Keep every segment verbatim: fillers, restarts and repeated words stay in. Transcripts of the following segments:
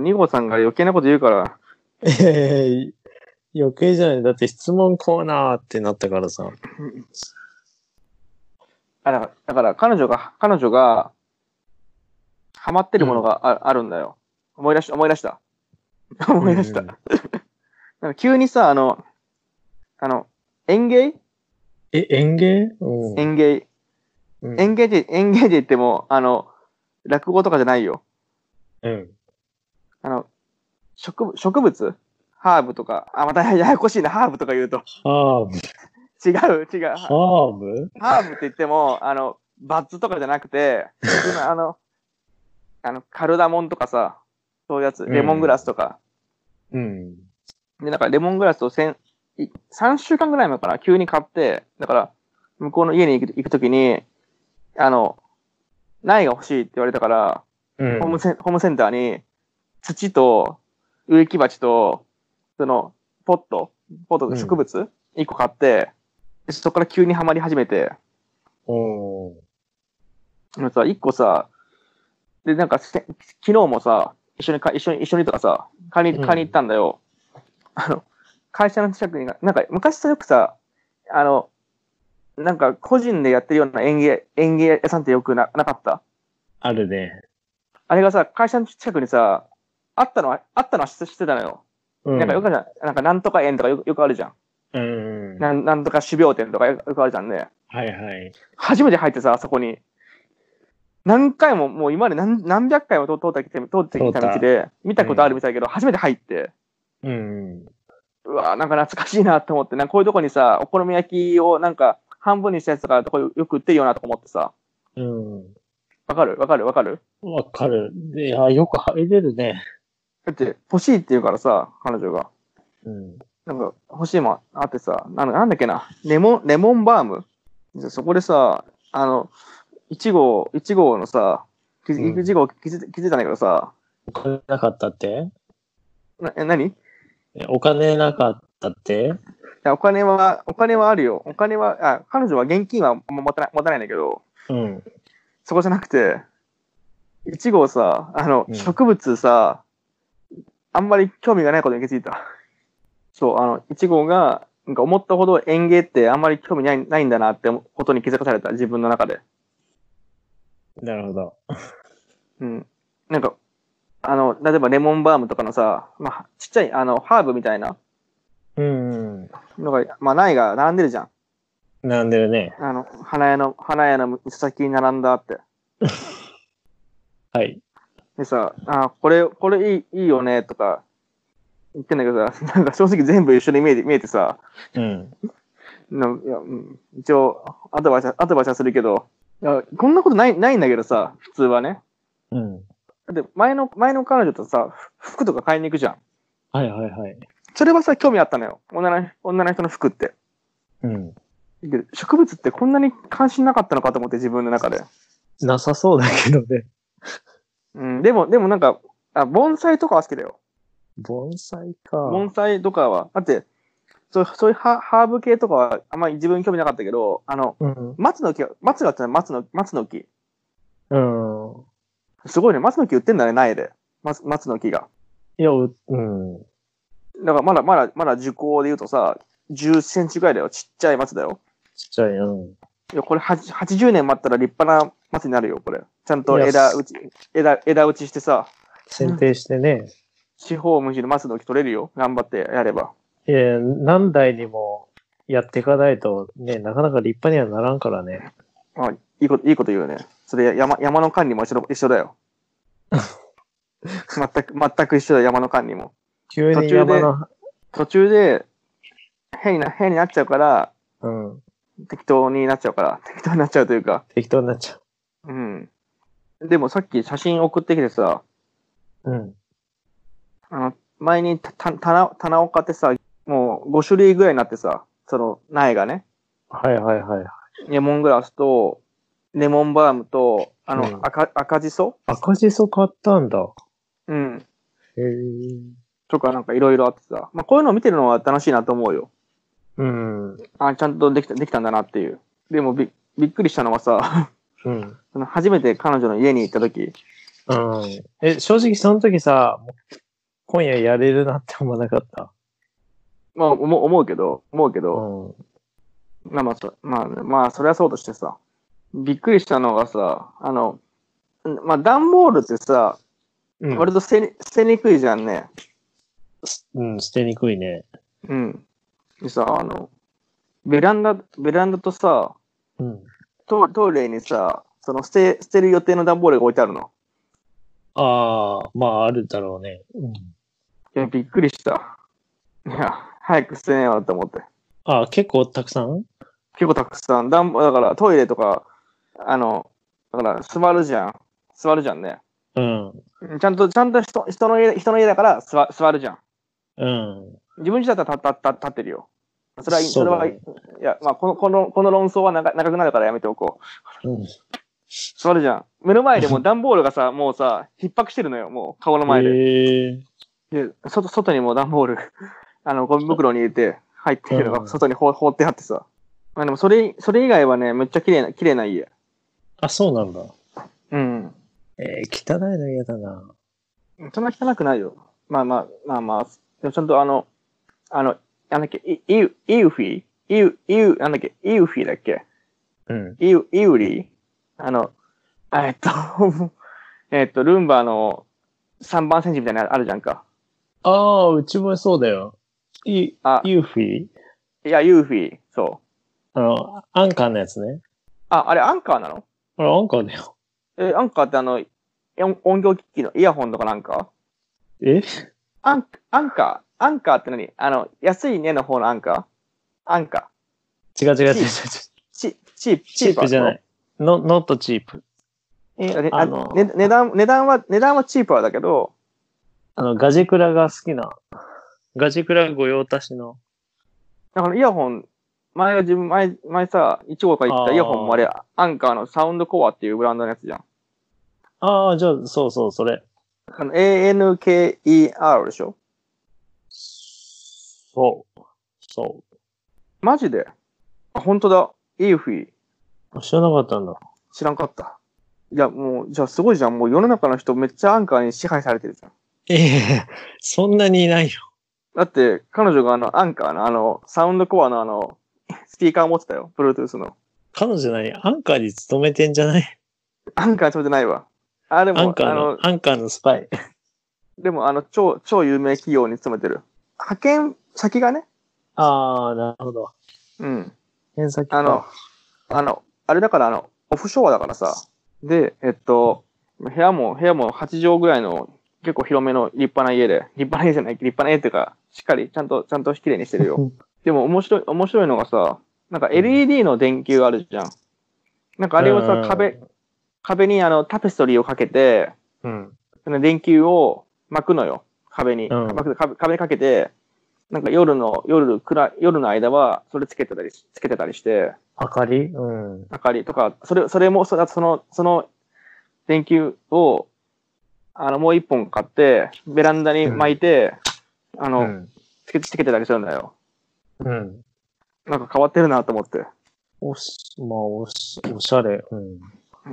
に号さんが余計なこと言うから。 えー、余計じゃない。だって質問コーナーってなったからさ。 あ、だから、だから彼女が、彼女が、ハマってるものがあ,、うん、あるんだよ。思い出し、思い出した。思い出した。うん、なんか急にさ、あの、あの、園芸え、園芸、うん、 園芸。うん、園芸で、園芸で言っても、あの、落語とかじゃないよ。 うん。 あの、植、植物ハーブとか。あ、またややこしいな、ハーブとか言うと。 ハーブ違う、違う。 ハーブハーブって言っても、あの、バッツとかじゃなくて、今、あの、あの、カルダモンとかさ、そういうやつ、レモングラスとか。 うん。 で、なんかレモングラスをせん、さんしゅうかんぐらい前から急に買って、だから、向こうの家に行く行くときに、あの、苗が欲しいって言われたから、うん、ホームセン、ホームセンターに、土と、植木鉢と、その、ポット、ポット、植物、いっこ買って、でそこから急にはまり始めて、 おー。さ、いっこさ、で、なんか、昨日もさ、一緒にか、一緒に、一緒にとかさ、買いに、買いに行ったんだよ。うん、あの、会社の近くに、なんか、昔さ、よくさ、あの、なんか、個人でやってるような園芸、園芸屋さんってよくな、なかった？ あるね。 あれがさ、会社の近くにさ、あったのは、あったのは知ってたのよ。うん、なんかよくじゃん、なんか、なんとか園とかよく、よくあるじゃん。 うん。 なん、なんとか種苗店とかよくあるじゃんね。 はいはい。 初めて入ってさ、そこに。何回も、もう今まで何何百回も通ってきて、通ってきた道で、見たことあるみたいだけど、うん、初めて入って、 うん。 うわなんか懐かしいなって思って、なんかこういうとこにさ、お好み焼きをなんか半分にしたやつとか、よく売ってるよなとか思ってさ。 うん。 わかるわかるわかるわかる。いや、よく入れるね。 だって、欲しいって言うからさ、彼女が。 うん。 なんか、欲しいもんあってさ、ななんだっけな、レモン、レモンバームそこでさ、あの、いち号、いち号のさ、いち号気づいたんだけどさ。 お金なかったって？ な、え、何？ お金なかったって？ いや、お金は、お金はあるよ。お金は、あ、彼女は現金はあんま持たない、持たないんだけど。 うん。 そこじゃなくて、いち号さ、あの、うん、植物さ、あんまり興味がないことに気づいた。そう、あの、いち号が、なんか思ったほど園芸ってあんまり興味ない、ないんだなってことに気づかされた、自分の中で。 なるほど。 うん。なんか、あの、例えばレモンバームとかのさ、まあ、ちっちゃい、あの、ハーブみたいな。 うん。 のが、まあ、苗が並んでるじゃん。 並んでるね。 あの、花屋の、花屋の先に並んだって。 はい。 でさ、あ、これ、これいい、いいよね、とか言ってんだけどさ、なんか正直全部一緒に見えて、見えてさ、 うん。 のいや一応、アドバイス、アドバイスはするけど、いやこんなことない、ないんだけどさ、普通はね。 うん。 だって前の、前の彼女とさ、服とか買いに行くじゃん。 はいはいはい。 それはさ、興味あったのよ。女の、女の人の服って。 うん。 植物ってこんなに関心なかったのかと思って自分の中で。 なさそうだけどね。 うん、でも、でもなんか、あ、盆栽とかは好きだよ。 盆栽か。 盆栽とかは、だって、そうそういうハハーブ系とかはあんまり自分に興味なかったけど、あの、うん、松の木、松があったら松の、松の木。 うん。 すごいね、松の木売ってんだね、苗で。松、松の木が。いや、うん。 だからまだまだ、まだ樹高で言うとさ、じゅっセンチぐらいだよ。ちっちゃい松だよ。 ちっちゃい、うん。 いや、これはちじゅうねん待ったら立派な松になるよ、これ。ちゃんと枝打ち、枝、枝打ちしてさ。 剪定してね。 四方無事の松の木取れるよ。頑張ってやれば。 いや、何代にもやっていかないとね、なかなか立派にはならんからね。 あ、いいこと、いいこと言うね。それ山、山の管理も一緒一緒だよ。全く、全く一緒だよ、山の管理も。 急に山の途中で、変な、変になっちゃうから、 うん。 適当になっちゃうから、適当になっちゃうというか。 適当になっちゃう。うん。でもさっき写真送ってきてさ、 うん。あの、前にた、た、棚、棚を買ってさ、もうご種類ぐらいになってさ、その苗がね。 はいはいはい。 レモングラスと、レモンバームと、あの、うん、赤、赤じそ赤じそ買ったんだ。 うん。 へー。 とかなんかいろいろあってさ、まあこういうのを見てるのは楽しいなと思うよ。 うん。 あ、ちゃんとできた、できたんだなっていう。でもび、びっくりしたのはさ、うん。初めて彼女の家に行った時、 うん。え、正直その時さ、今夜やれるなって思わなかった。 まあ、思う思うけど、思うけど、 うん。 まあまあ、そまあ、まあ、それはそうとしてさ、びっくりしたのがさ、あの、まあ、段ボールってさ、 うん。 割と捨てに捨てにくいじゃんね。 うん、捨てにくいね。 うん。でさ、あの、ベランダ、ベランダとさ、 うん。 トトイレにさ、その捨て、捨てる予定の段ボールが置いてあるの。 ああ、まああるだろうね。うん。 いや、びっくりした。いや、早く捨てねえよって思って。 ああ、結構たくさん。 結構たくさん、段ボだからトイレとか、あの、だから座るじゃん。座るじゃんね。 うん。 ちゃんと、ちゃんと人人の家、人の家だから座座るじゃん。 うん。 自分自体だったら立立立ってるよ。それは、それは、いそうだね。 や、まあ、この、この、この論争は長長くなるからやめておこう。 うん。 座るじゃん。目の前でもう段ボールがさ、もうさ、逼迫してるのよ。もう顔の前で。 へえ。 で、外、外にも段ボール、あの、ゴミ袋に入れて入ってるのうんが外に放放ってあってさ。まあでもそれ、それ以外はね、めっちゃ綺麗な、綺麗な家。 あ、そうなんだ。 うん。 えー、汚いの嫌だな。 そんな汚くないよ。まあまあ、まあまあ、でもちゃんとあの、あの、なんだっけ、イイウ、イウフィイウ、イウ、なんだっけ、イウフィだっけうん。 イウ、イウリあの、えっと、えっと、ルンバのさんばんセンチみたいなのあるじゃんか。 ああ、うちもそうだよ。イ、 あ、 ユーフィー。 いや、ユーフィー、そう。 あの、アンカーのやつね。 あ、あれアンカーなの？ あれ、アンカーだよ。 え、アンカーってあの、音音響機器のイヤホンとかなんかえアン、アンカーアンカーって何？あの、安いねの方のアンカーアンカ違う違う違う違う。 チーチ、チープ、 チープじゃない。ノ、ノットチープ。 え、ああの、 ね、値段、値段は、値段はチープはだけど、 あの、ガジクラが好きな。ガジクラ御用達の。 だからイヤホン、前は自分、前、前さ、いち号から言ってたイヤホンもあれ、 あアンカーのサウンドコアっていうブランドのやつじゃん。 あ。ああ、じゃあ、そうそう、それ。 あの、エーエヌケーイーアール でしょ？ そう。そマジで？あ、本当だ。イーフィー。 う。知らなかったんだ。 知らんかった。いや、もう、じゃあすごいじゃん。もう世の中の人めっちゃアンカーに支配されてるじゃん。 ええそんなにいないよ。 だって、彼女があの、アンカーのあの、サウンドコアのあの、スピーカー持ってたよ。Bluetooth の。 彼女何アンカーに勤めてんじゃないアンカーちょうどないわ。あ、でも、 アンカーの、 あの、 アンカーのスパイ。 でも、あの、超、超有名企業に勤めてる。派遣先がね。 ああ、なるほど。 うん。 偏先あの、あの、あれだからあの、オフショアだからさ。で、えっと、部屋も、部屋もはち畳ぐらいの結構広めの立派な家で、立派な家じゃない、立派な家っていうか、しっかり、ちゃんと、ちゃんと綺麗にしてるよ。でも面白い、面白いのがさ、なんか エルイーディー の電球あるじゃん。なんかあれをさ、壁、壁にあの、タペストリーをかけて、 うん。 その電球を巻くのよ。壁に。 うん、 壁壁にかけて、なんか夜の、夜暗、夜の間は、それつけてたり、つけてたりして、 明かりうん。 明かりとか、それ、それも、その、その、その電球を、あの、もう一本買って、ベランダに巻いて、うん、あの、うん、つけ、つけてたりするんだよ。 うん。 なんか変わってるなと思って。 おし、まあ、おし、おしゃれ。うん。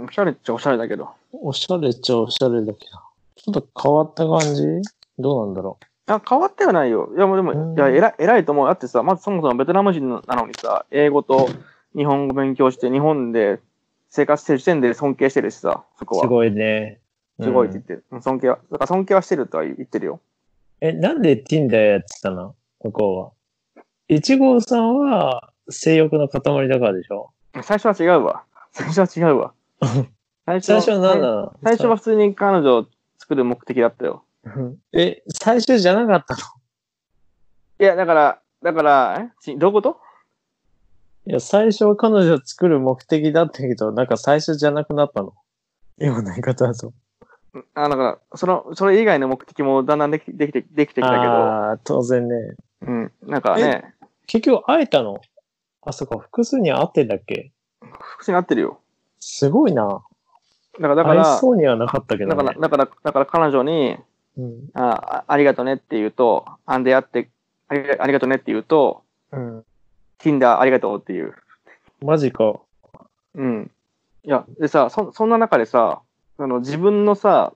おしゃれっちゃおしゃれだけど。 おしゃれっちゃおしゃれだけど。ちょっと変わった感じどうなんだろう。 あ、変わってはないよ。いや、もうでも、いや、偉い、偉いと思う。だってさ、まずそもそもベトナム人なのにさ、英語と日本語勉強して、日本で生活してる時点で尊敬してるしさ、そこは。 すごいね。 うん、すごいって言ってる。尊敬は、だから尊敬はしてるとは言ってるよ。 え、なんで Tinder やってたのここは。いち号さんは性欲の塊だからでしょ？ 最初は違うわ。最初は違うわ。 最初最初は何なの？ 最初は普通に彼女を作る目的だったよ。 え、最初じゃなかったの？ いや、だから、だから、えどういうこと？ いや、最初は彼女を作る目的だったけど、なんか最初じゃなくなったの。今の言い方だと。 あ、だから、その、それ以外の目的もだんだんできできて、できてきたけど。 ああ、当然ね。 うん。なんかね。 結局会えたの？あ、そっか、複数に会ってんだっけ？ 複数に会ってるよ。 すごいな。 だから、だから、 会いそうにはなかったけど、ね。 だから、だから、だから彼女に、うん、あ、ありがとねって言うと、あんでやって、ありありがとねって言うと、うん。Tinder ありがとうっていう。 マジか。 うん。いや、でさ、そ、そんな中でさ、あの、自分のさ、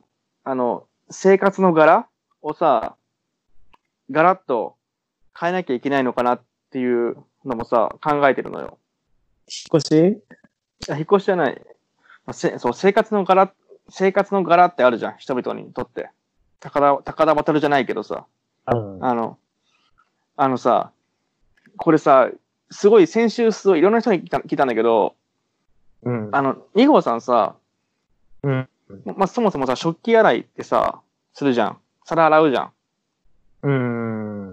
あの、生活の柄をさ、ガラッと変えなきゃいけないのかなっていうのもさ、考えてるのよ。 引っ越し？ いや引っ越しじゃない。まあ、せそう生活の柄、生活の柄ってあるじゃん、人々にとって。高田、高田渡るじゃないけどさ。 うん、 あの、あのさ、これさ、すごい先週すごいいろんな人に聞いた聞いたんだけど、 うん、 あの、に号さんさ、 うん、 まあ、そもそもさ、食器洗いってさ、するじゃん。皿洗うじゃん。 うん。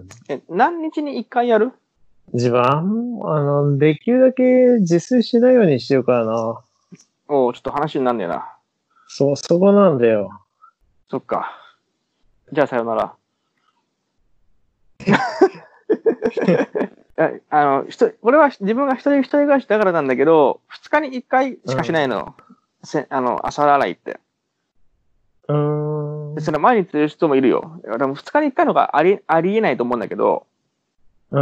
え、何日にいっかいやる？ 自分、あの、できるだけ自炊しないようにしてるからな。 おう、ちょっと話になんねえな。 そ、そこなんだよ。 そっか。じゃあさよなら。えあの、ひと、俺は自分が一人一人暮らしだからなんだけど、二日に一回しかしないの。うん、せあの、朝洗いって。 うーん。 でそれ毎日する人もいるよ。でも二日に一回のがあり、ありえないと思うんだけど、 うん。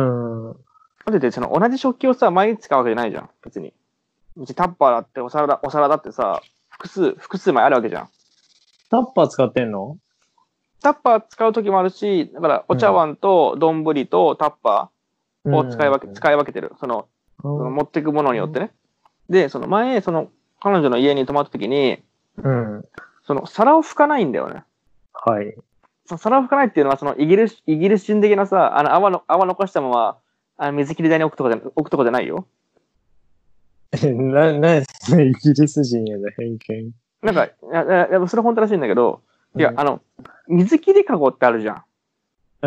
だってその同じ食器をさ、毎日使うわけじゃないじゃん。別に。別にタッパーだってお皿だ、お皿だってさ、複数、複数枚あるわけじゃん。 タッパー使ってんの？ タッパー使う時もあるし、だからお茶碗と丼とタッパーを使い分け、うん、使い分けてる。その、その持っていくものによってね。うん、で、その前、その彼女の家に泊まった時に、 うん、その皿を拭かないんだよね。 はい。 その皿を拭かないっていうのは、そのイギリス、イギリス人的なさ、あの泡の、泡残したまま、あの水切り台に置くとかじゃ、置くとかじゃないよ。 な、な、イギリス人への偏見。 なんか、いや、いやそれ本当らしいんだけど、いや、うん、あの、水切りかごってあるじゃん。 うん。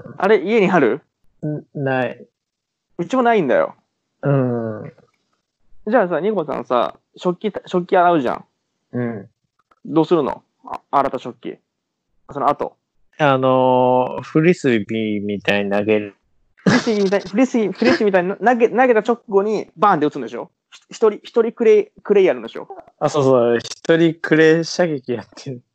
あれ、家にある？ ない。 うちもないんだよ。 うん。 じゃあさ、ニコさんさ、食器、食器洗うじゃん。 うん。 どうするの？あ、洗った食器。その後。 あのー、フリスビーみたいに投げる。 フリスビーみたい、フリスビー、フリスビーみたいに投げ、投げた直後にバーンって打つんでしょ？一人、一人クレイ、クレイやるんでしょ？ あ、そうそう、一人クレイ射撃やってる。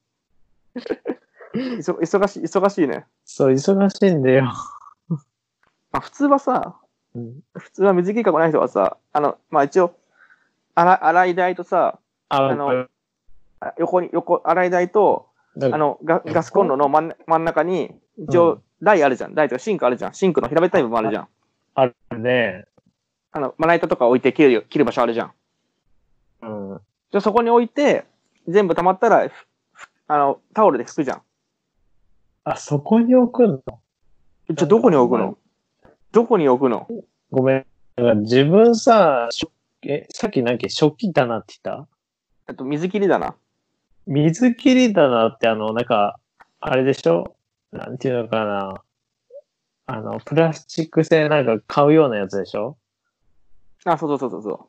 忙しい、忙しいね。 そう、忙しいんだよ。 まあ、普通はさ、 うん、 普通は水切りかごない人はさ、あの、まあ一応、洗、洗い台とさ、あの、横に、横、洗い台と、あのガ、ガスコンロの真ん、真ん中に、一応、台あるじゃん。台とかシンクあるじゃん。シンクの平べったい部分あるじゃん。 あるね。 あの、まな板とか置いて切る、切る場所あるじゃん。 うん。 じゃそこに置いて、全部溜まったら、あの、タオルで拭くじゃん。 あ、そこに置くの？ じゃどこに置くの？どこに置くの？ ごめん。自分さ、え、さっき何っけ、食器棚って言った？ えっと、水切りだな。 水切り棚ってあの、なんか、あれでしょ？なんていうのかな。あの、プラスチック製なんか買うようなやつでしょ？ あ、そうそうそうそう。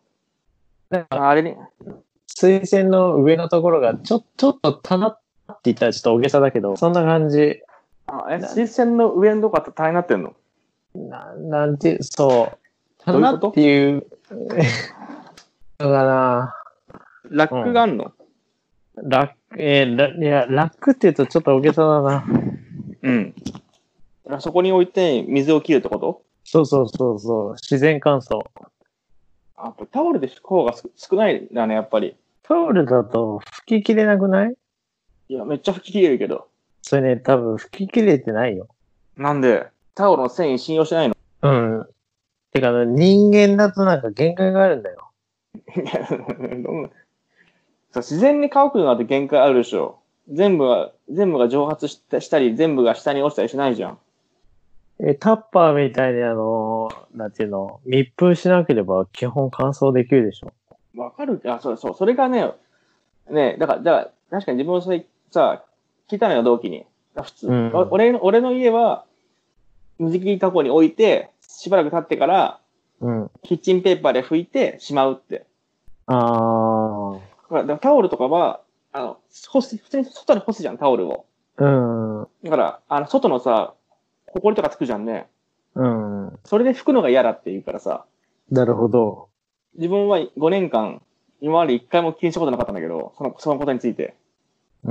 あれに。 水栓の上のところが、ちょ、ちょっと棚って言ったらちょっと大げさだけど、そんな感じ。 あ、え、水栓の上のとこって棚になってんの？ な、なんて、そう。棚っていう、のかな。 ラックがあんの？ うん、ラック、えー、ラ、いや、ラックって言うとちょっと大げさだな。 うん。そこに置いて水を切るってこと？ そうそうそうそう。自然乾燥。 あ、タオルで拭く方が少ないんだね、やっぱり。 タオルだと拭ききれなくない？ いや、めっちゃ拭ききれるけど。 それね、多分拭ききれてないよ。 なんで？タオルの繊維信用しないの？ うん。てか、人間だとなんか限界があるんだよ。 いや、自然に乾くのだって限界あるでしょ。全部が、全部が蒸発したしたり、全部が下に落ちたりしないじゃん。 え、タッパーみたいにあの、なんていうの、密封しなければ基本乾燥できるでしょ。 わかる？あ、そうそう。それがね、ね、だから、だから確かに自分もそれさ、聞いたのよ、同期に。普通。うん、俺の、俺の家は、水切りかごに置いて、しばらく経ってから、うん、キッチンペーパーで拭いてしまうって。ああ。だからタオルとかは、あの、干す、普通に外に干すじゃん、タオルを。うん。だから、あの、外のさ、ホコリとかつくじゃんね。うん。それで拭くのが嫌だって言うからさ。 なるほど。 自分はごねんかん、今まで一回も気にしたことなかったんだけど、その、そのことについて。うん。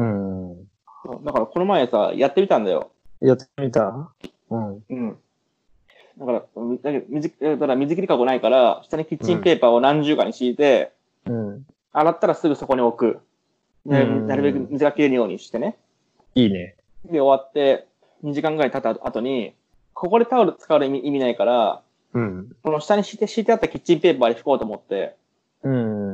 だからこの前さ、やってみたんだよ。 やってみた？うん。 うん。だから、だけど水、だから水切りかごないから、下にキッチンペーパーを何重かに敷いて、うん。洗ったらすぐそこに置く。 なるべく水が切れるようにしてね。 いいね。 で、終わって、にじかんぐらい経った後に、ここでタオル使う意味意味ないから、うん、この下に敷いて、敷いてあったキッチンペーパーで拭こうと思って、うん、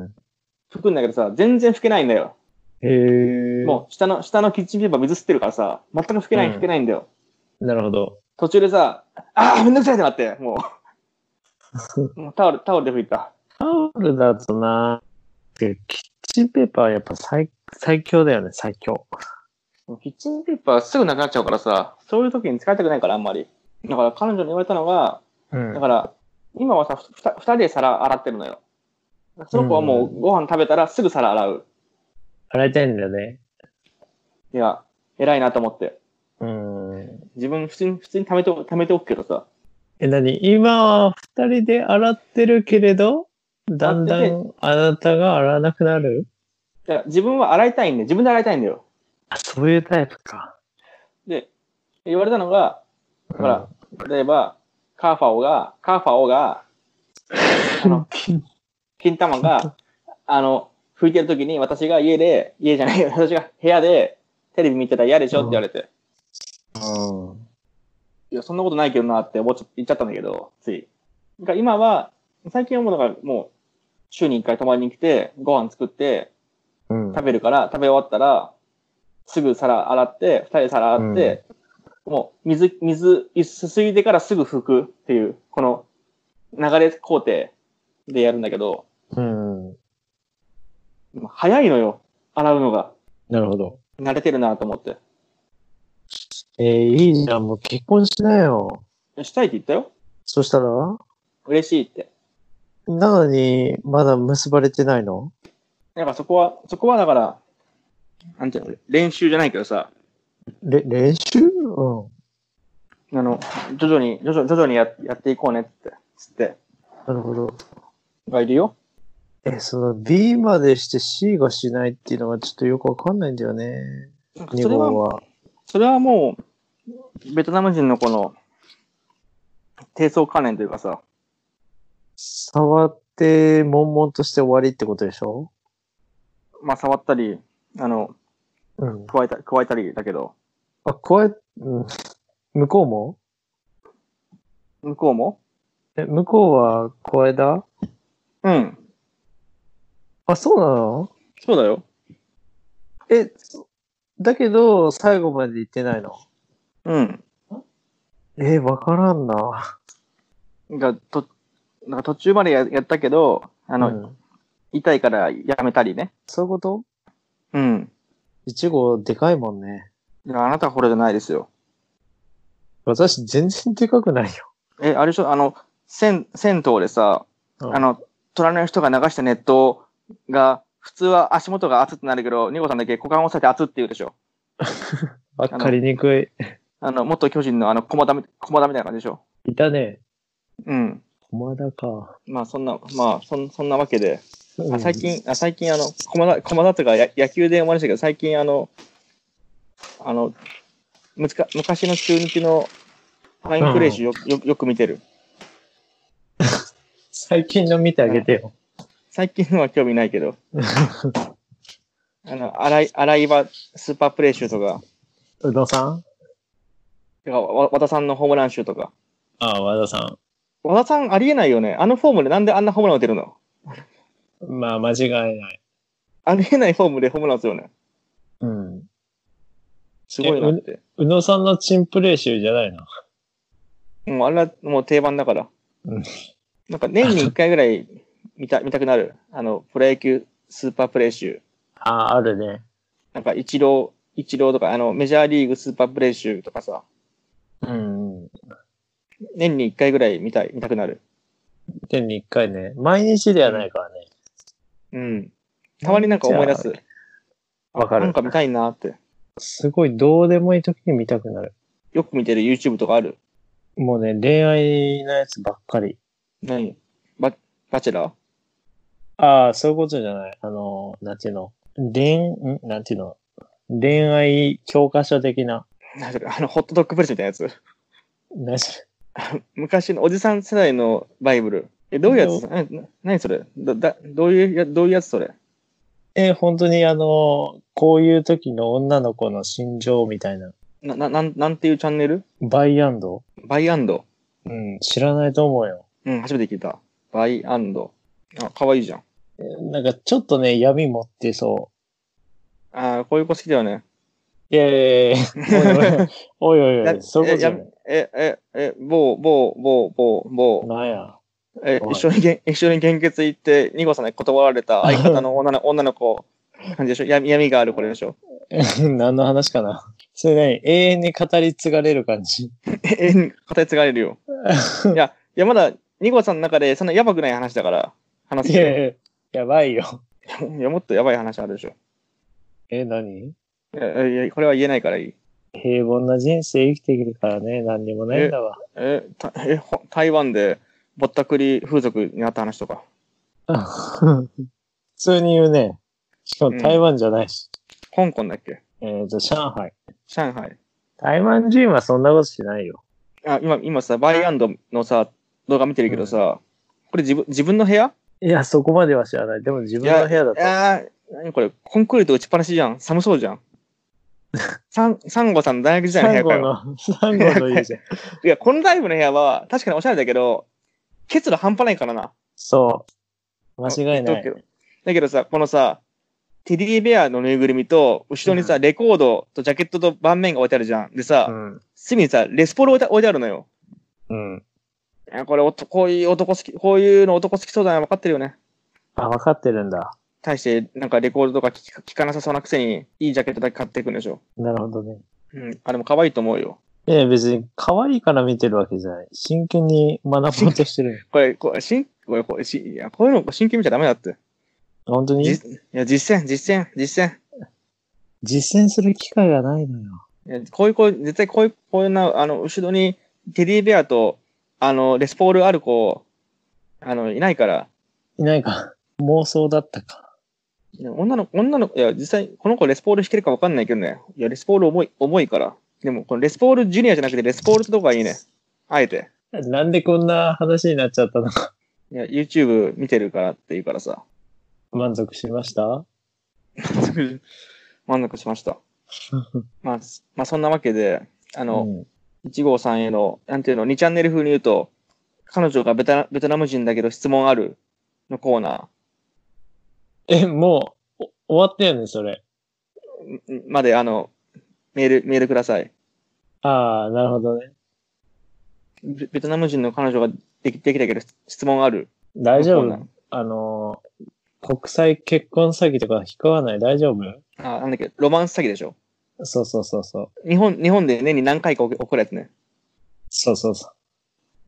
拭くんだけどさ、全然拭けないんだよ。へー。もう、下の、下のキッチンペーパー水吸ってるからさ、全く拭けない、うん、拭けないんだよ。 なるほど。 途中でさ、あーめんどくさいってなって、もう。もうタオル、タオルで拭いた。 タオルだとな、キッチンペーパーはやっぱ最、最強だよね、最強。 キッチンペーパーすぐなくなっちゃうからさ、そういう時に使いたくないからあんまり。だから彼女に言われたのが、うん、だから、今はさ、ふた、二人で皿洗ってるのよ。その子はもうご飯食べたらすぐ皿洗う。 洗いたいんだよね。 いや、偉いなと思って。うん。自分普通に、普通に貯めて、貯めておくけどさ。 え、なに今は二人で洗ってるけれど、だんだんあなたが洗わなくなる？ いや、自分は洗いたいんで、自分で洗いたいんだよ。 あ、そういうタイプか。 で、言われたのが、だから、うん、例えば、カーファオが、カーファオが、あの、金玉が、あの、拭いてるときに私が家で、家じゃないよ、私が部屋でテレビ見てたら嫌でしょって言われて。うん。いや、そんなことないけどなって思っちゃ言っちゃったんだけど、つい。だから今は、最近はもうだからもう、週に一回泊まりに来て、ご飯作って、うん、食べるから、食べ終わったら、すぐ皿洗って、二人で皿洗って、うん、もう水、水、すすいでからすぐ拭くっていう、この流れ工程でやるんだけど、うん、早いのよ、洗うのが。 なるほど。 慣れてるなと思って。 えー、いいじゃん、もう結婚しなよ。 したいって言ったよ。 そしたら？ 嬉しいって。 なのに、まだ結ばれてないの？ なんかそこは、そこはだから、なんていうの、練習じゃないけどさ。 れ、練習？うん。 あの、徐々に、徐々徐々にややっていこうねって、つって。 なるほど。 がいるよ。 え、その B までして C がしないっていうのがちょっとよくわかんないんだよね。に号は。 それはもう、ベトナム人のこの、低層関連というかさ。 触って、悶々として終わりってことでしょ？ まあ、触ったり、あの、うん、加えた、加えたりだけど。 あ、加え、うん。向こうも？ 向こうも？ え、向こうは加えた？ うん。 あ、そうなの？ そうだよ。 え、だけど、最後まで行ってないの？ うん。 えー、わからんな。 が、と、なんか途中まで や, やったけど、あの、うん、痛いからやめたりね。 そういうこと？ うん。 いち号でかいもんね。 いや、あなたはこれじゃないですよ。 私、全然でかくないよ。 え、あれでしょ、あの、銭、銭湯でさ、うん、あの、隣の人が流した熱湯が、普通は足元が熱ってなるけど、ニゴさんだけ股間を押さえて熱って言うでしょ。 わかりにくい。 あの、元巨人のあの、駒田み、駒田みたいな感じでしょ。 いたね。 うん。 駒田か。 まあ、そんな、まあ、そんそんなわけで、うん、あ最近、あ最近あの、駒田、駒田とかや野球で思いましたけど、最近あの、あの、むつか昔の中日のファインプレー集よ、うん、よ、よく見てる。 最近の見てあげてよ。 最近のは興味ないけど。あの、荒い、荒いはスーパープレー集とか。 宇野さん？ てか、和田さんのホームラン集とか。 ああ、和田さん。 和田さんありえないよね。あのフォームでなんであんなホームラン打てるの？ まあ、間違いない。 ありえないフォームでホームラン打つよね。 うん。 すごいなって。 宇野さんのチンプレー集じゃないの？ もうあれはもう定番だから。うん。なんか年に一回ぐらい見た、見たくなる。あの、プロ野球スーパープレー集。 ああ、あるね。 なんか、イチロー、イチローとか、あの、メジャーリーグスーパープレー集とかさ。 うん。 年に一回ぐらい見たい、見たくなる。 年に一回ね。毎日ではないからね。 うん。うん、たまになんか思い出す。 わかる。 なんか見たいなって。 すごい、どうでもいい時に見たくなる。 よく見てる YouTube とかある？ もうね、恋愛のやつばっかり。 何？バ、バチェラー？ ああ、そういうことじゃない。あの、なんていうの。恋、んなんていうの。恋愛教科書的な。 何それ？あの、ホットドッグプレスみたいなやつ。 何それ？ 昔のおじさん世代のバイブル。え、どういうやつ？な何それ？ど、だ、どういうや、どういうやつそれ？ え、本当にあの、こういう時の女の子の心情みたいな。 な、な、なん、なんていうチャンネル？ バイアンドバイアンド。 うん、知らないと思うよ。 うん、初めて聞いた。バイアンド。あ、かわいいじゃん。 なんかちょっとね、闇持ってそああ、こういう子好きだよね。 う。いやいやいやおいおい、おいおいおや、 い、そういうことえ、や、 じゃない。 え、え、え、某、某、某、某、某、 なんや。 え、 おい一緒にげん、一緒に献血行って、ニゴさんに断られた相方の女の、女の子、感じでしょ？闇、闇があるこれでしょ？ 何の話かな。それ何永遠に語り継がれる感じ。 え、え、語り継がれるよ。いや、いや、まだ、ニゴさんの中でそんなやばくない話だから、話すけど。 いやいや、やばいよ。 いや、もっとやばい話あるでしょ。 え、何いや、いやこれは言えないからいい。 平凡な人生生きてきるからね、何にもないんだわ。 え、たえ、ほ台湾でぼったくり風俗になった話とか。 普通に言うね。しかも台湾じゃないし。 香港だっけ？ えっと、上海。 上海。 台湾人はそんなことしないよ。 あ、今、今さ、バイアンドのさ、動画見てるけどさ、これ自分、自分の部屋？ いや、そこまでは知らない。でも自分の部屋だと。 いやー、何これ、コンクリート打ちっぱなしじゃん。寒そうじゃん。サン、サンゴさんの大学時代の部屋かよ。 サンゴの、サンゴの家じゃん。 いや、このタイプの部屋は、確かにおしゃれだけど、結露半端ないからな。 そう。間違いない。 だけどさ、このさ、テディベアのぬいぐるみと、後ろにさ、うん、レコードとジャケットと盤面が置いてあるじゃん。でさ、うん、隅にさ、レスポール置いて置いてあるのよ。うん。いや、これ、こういう男好き、こういうの男好きそうだな、分かってるよね。 あ、分かってるんだ。 対して、なんかレコードとか聞か聞かなさそうなくせに、いいジャケットだけ買っていくんでしょ。 なるほどね。 うん。あ、でも可愛いと思うよ。 いや、別に可愛いから見てるわけじゃない。真剣に学ぼうとしてる。 これ、これ、しん、これ、これ、し、いや、こういうの真剣見ちゃダメだって。 本当に？ いや、実践、実践、実践。 実践する機会がないのよ。 いや、こういう子、絶対こういう、こういうな、あの、後ろにテディベアと、あの、レスポールある子、あの、いないから。 いないか。妄想だったか。 いや女の子、女の子、いや、実際、この子レスポール弾けるか分かんないけどね。いや、レスポール重い、重いから。でも、このレスポールジュニアじゃなくて、レスポールってとこがいいね。あえて。 なんでこんな話になっちゃったのか。 いや、YouTube 見てるからって言うからさ。 満足しました？ 満足しました。まあ、まあ、そんなわけで、あの、うん、いちごうさんへの、なんていうの、にチャンネル風に言うと、彼女がベトナ、ベトナム人だけど質問あるのコーナー。 え、もう、終わったよね、それ。 まで、あの、メール、メールください。 ああ、なるほどね。 ベ、ベトナム人の彼女ができ、できたけど質問ある。 大丈夫？あの、国際結婚詐欺とか引っかわない？大丈夫？ あ、なんだっけ、ロマンス詐欺でしょ？ そうそうそうそう。 日本、日本で年に何回か起こるやつね。 そうそうそう。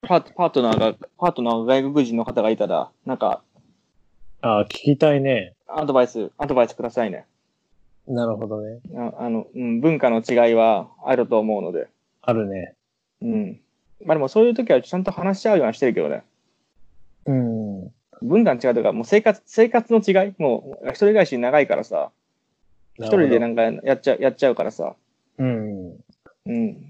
パー、パートナーが、パートナーが外国人の方がいたら、なんか、 ああ、聞きたいね。 アドバイス、アドバイスくださいね。 なるほどね。 あ、あの、うん、文化の違いはあると思うので。 あるね。 うん。まあでもそういう時はちゃんと話し合うようにしてるけどね。 うん。 文化の違いとか、もう生活、生活の違いもう、一人暮らし長いからさ、一人でなんかやっちゃう、やっちゃうからさ。 うん。 うん。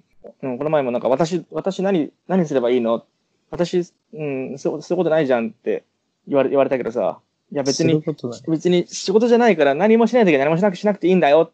この前もなんか、私、私何、何すればいいの？私、うん、そう、そういうことないじゃんって言われ、言われたけどさ、いや別に、別に仕事じゃないから何もしないときは何もしなくしなくていいんだよって。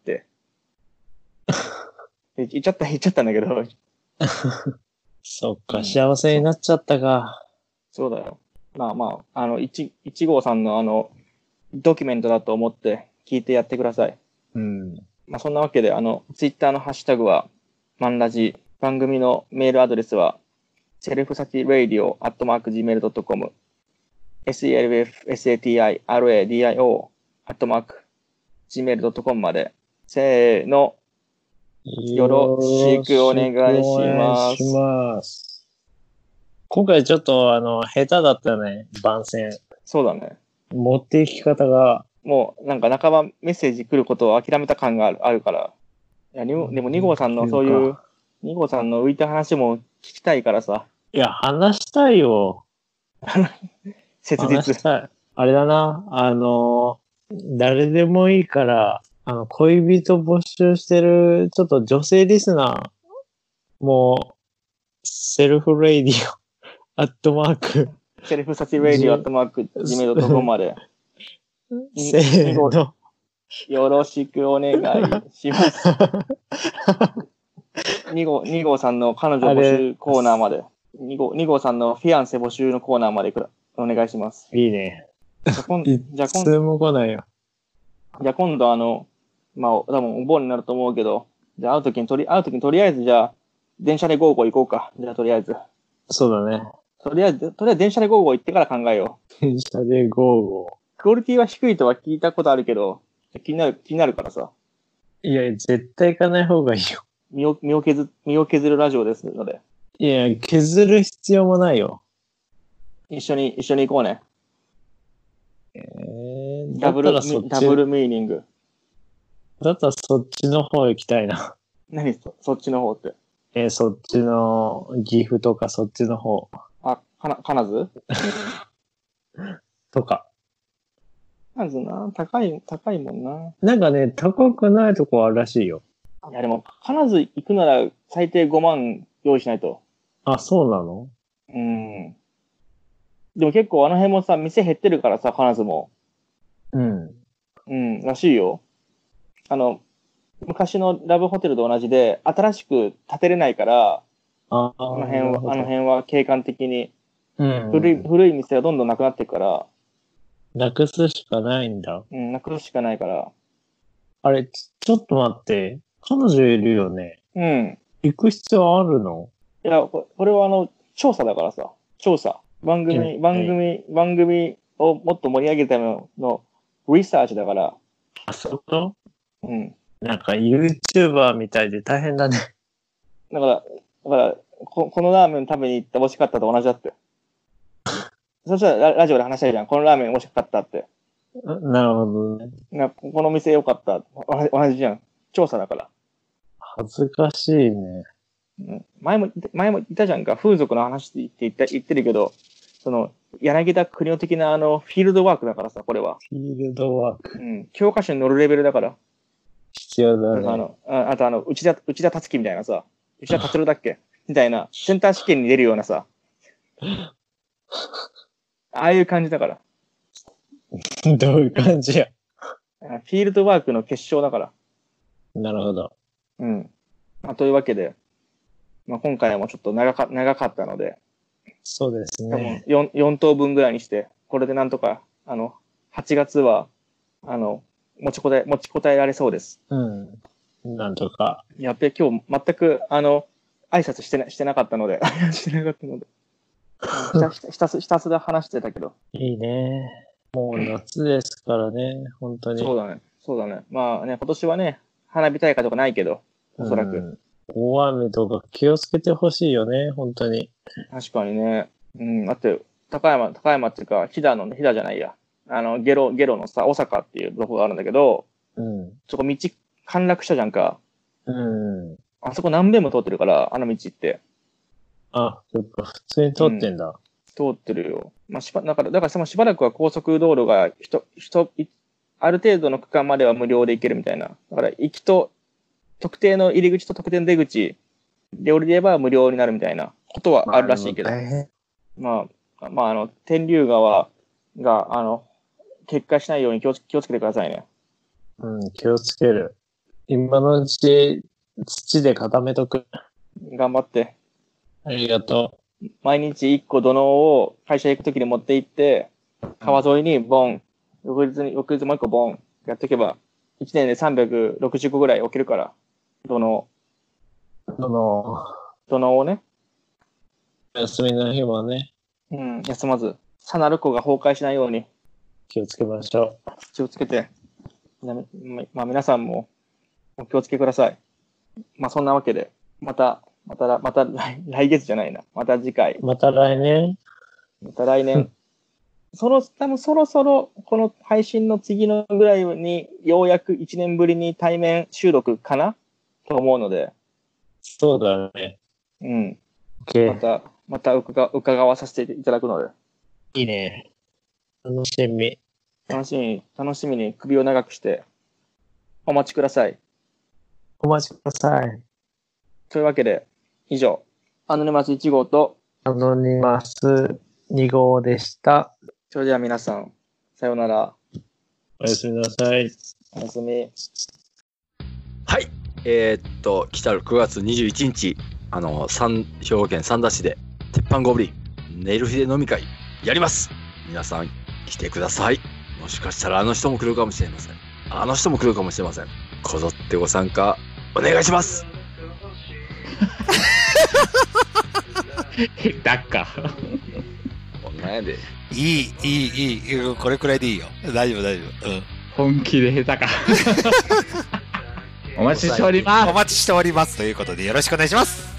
言っちゃった、言っちゃったんだけど。 そっか、幸せになっちゃったか。 そうだよ。まあまあ、あの、一、一号さんのあの、ドキュメントだと思って聞いてやってください。 うん。 まあそんなわけで、あの、ツイッターのハッシュタグは、マンラジ、番組のメールアドレスは、セルフサティラディオアットマーク ジーメールドットコム、セルフサティラディオアットマーク ジーメールドットコム まで、せーの、よろしくお願いします。 ます今回ちょっと、あの、下手だったね、番宣。 そうだね。 持っていき方が。 もう、なんか半ばメッセージ来ることを諦めた感がある、あるから。いや、でもに号さんのそういう、に号さんの浮いた話も聞きたいからさ。 いや、話したいよ。 切実。 話したい。あれだな、あの、誰でもいいから、あの、恋人募集してる、ちょっと女性リスナー、もう、セルフレイディオ、アットマーク。 セルフサチレイディオ、アットマーク、ジメドットコムまで。 せーの。 よろしくお願いします。に号、に号さんの彼女募集コーナーまで。に号、に号さんのフィアンセ募集のコーナーまでくらお願いします。 いいね。 じゃあ今じゃあ今度も来ないよ。 じゃあ今度あの、まあ、多分お盆になると思うけど、じゃあ会うときにとり、会うときにとりあえずじゃあ、電車でゴーゴー行こうか。じゃあとりあえず。 そうだね。 とりあえず、とりあえず電車でゴーゴー行ってから考えよう。電車でゴーゴー。 クオリティは低いとは聞いたことあるけど、気になる、気になるからさ。 いや、絶対行かない方がいいよ。 身を、身を削、身を削るラジオですので。 いや、削る必要もないよ。 一緒に、一緒に行こうね。 えー、 ダブル、ダブルミーニング。 だったらそっちの方行きたいな。 何そ、そっちの方って。 えー、そっちの岐阜とかそっちの方。 あ、かな、金津とか。 金津な、高い、高いもんな。 なんかね、高くないとこあるらしいよ。 いやでも、金津行くなら最低ごまん用意しないと。 あ、そうなの？ うん。でも結構あの辺もさ、店減ってるからさ、金津も。 うん。 うん、らしいよ。あの、昔のラブホテルと同じで、新しく建てれないから、 あ, あの辺は、あの辺は景観的に、 うん古い、古い店はどんどんなくなっていくから。 なくすしかないんだ。 うん、なくすしかないから。 あれ、ちちょっと待って。彼女いるよね。 うん。 行く必要あるの？ いや、これはあの、調査だからさ。調査。番組、番組、番組をもっと盛り上げるためのリサーチだから。 あ、そういうこと？ うん。 なんか YouTuber みたいで大変だね。 だから、だからこ、このラーメン食べに行って美味しかったと同じだって。そしたらララジオで話したいじゃん。このラーメン美味しかったって。 なるほどね。 なこの店良かった。同じ、同じじゃん。調査だから。 恥ずかしいね。 うん、前も、前も言ったじゃんか。風俗の話って言って言った言ってるけど、その、柳田国男的なあの、フィールドワークだからさ、これは。 フィールドワーク。 うん。教科書に載るレベルだから。 必要だね。 あの、ああとあの、内田、内田達樹みたいなさ、内田達郎だっけみたいな、センター試験に出るようなさ、ああいう感じだから。 どういう感じや。 フィールドワークの結晶だから。 なるほど。 うん。まあ、というわけで、まあ、今回もちょっと長か長かったので、 そうですね。 多分 4, 4等分ぐらいにして、これでなんとか、あの、はちがつは、あの、持ちこたえ、持ちこたえられそうです。 うん。なんとか。 やっべ、今日全く、あの、挨拶してなしてなかったので、してなかったので。ひたひたすひたすら話してたけど。 いいね。もう夏ですからね、本当に。 そうだね。そうだね。まあね、今年はね、花火大会とかないけど、おそらく。うん、 大雨とか気をつけてほしいよね、本当に。 確かにね。うん、だって、高山、高山っていうか、飛騨の、飛騨じゃないや。あの、ゲロ、ゲロのさ、大阪っていうとこがあるんだけど、 うん。 そこ道陥落したじゃんか。 うん。 あそこ何遍も通ってるから、あの道って。 あ、そっか、普通に通ってんだ。うん、 通ってるよ。まあ、しば、だから、だからそのしばらくは高速道路が、人、人、ある程度の区間までは無料で行けるみたいな。だから、行きと、特定の入り口と特定の出口、料理で言えば無料になるみたいなことはあるらしいけど。まあ、まあ、あの、天竜川が、あの、決壊しないように気をつ気をつけてくださいね。 うん、気をつける。今のうち、土で固めとく。 頑張って。 ありがとう。毎日一個土のうを会社行くときに持って行って、川沿いにボン、翌日に、翌日もう一個ボン、やっていけば、一年でさんびゃくろくじゅっこぐらい起きるから、土のう。土のう。土のうをね。 休みの日もね。 うん、休まず。さなる湖が崩壊しないように。 気をつけましょう。 気をつけて。まあ皆さんもお気をつけください。まあそんなわけで、また、また、また来、来月じゃないな。また次回。 また来年また来年。そろ、多分そろそろ、この配信の次のぐらいに、ようやくいちねんぶりに対面収録かなと思うので。 そうだね。 うん。 Okay. また、また伺、伺わさせていただくので。 いいね。楽しみ。 楽しみ、楽しみに首を長くして、お待ちください。 お待ちください。 というわけで、以上、アノニマスいち号と、 アノニマスに号でした。 それでは皆さん、さようなら。 おやすみなさい。 おやすみ。 はい。えー、っと、来たるくがつにじゅういちにち、あの、三兵庫県三田市で、鉄板ゴブリン、ネイルヒデ飲み会、やります。皆さん、来てください。もしかしたらあの人も来るかもしれません。あの人も来るかもしれません。こぞってご参加、お願いします。 下手か。 こんなんやで。 いい、いい、いい。これくらいでいいよ。大丈夫、大丈夫。うん。 本気で下手か。お待ちしております。 お待ちしております。ということでよろしくお願いします。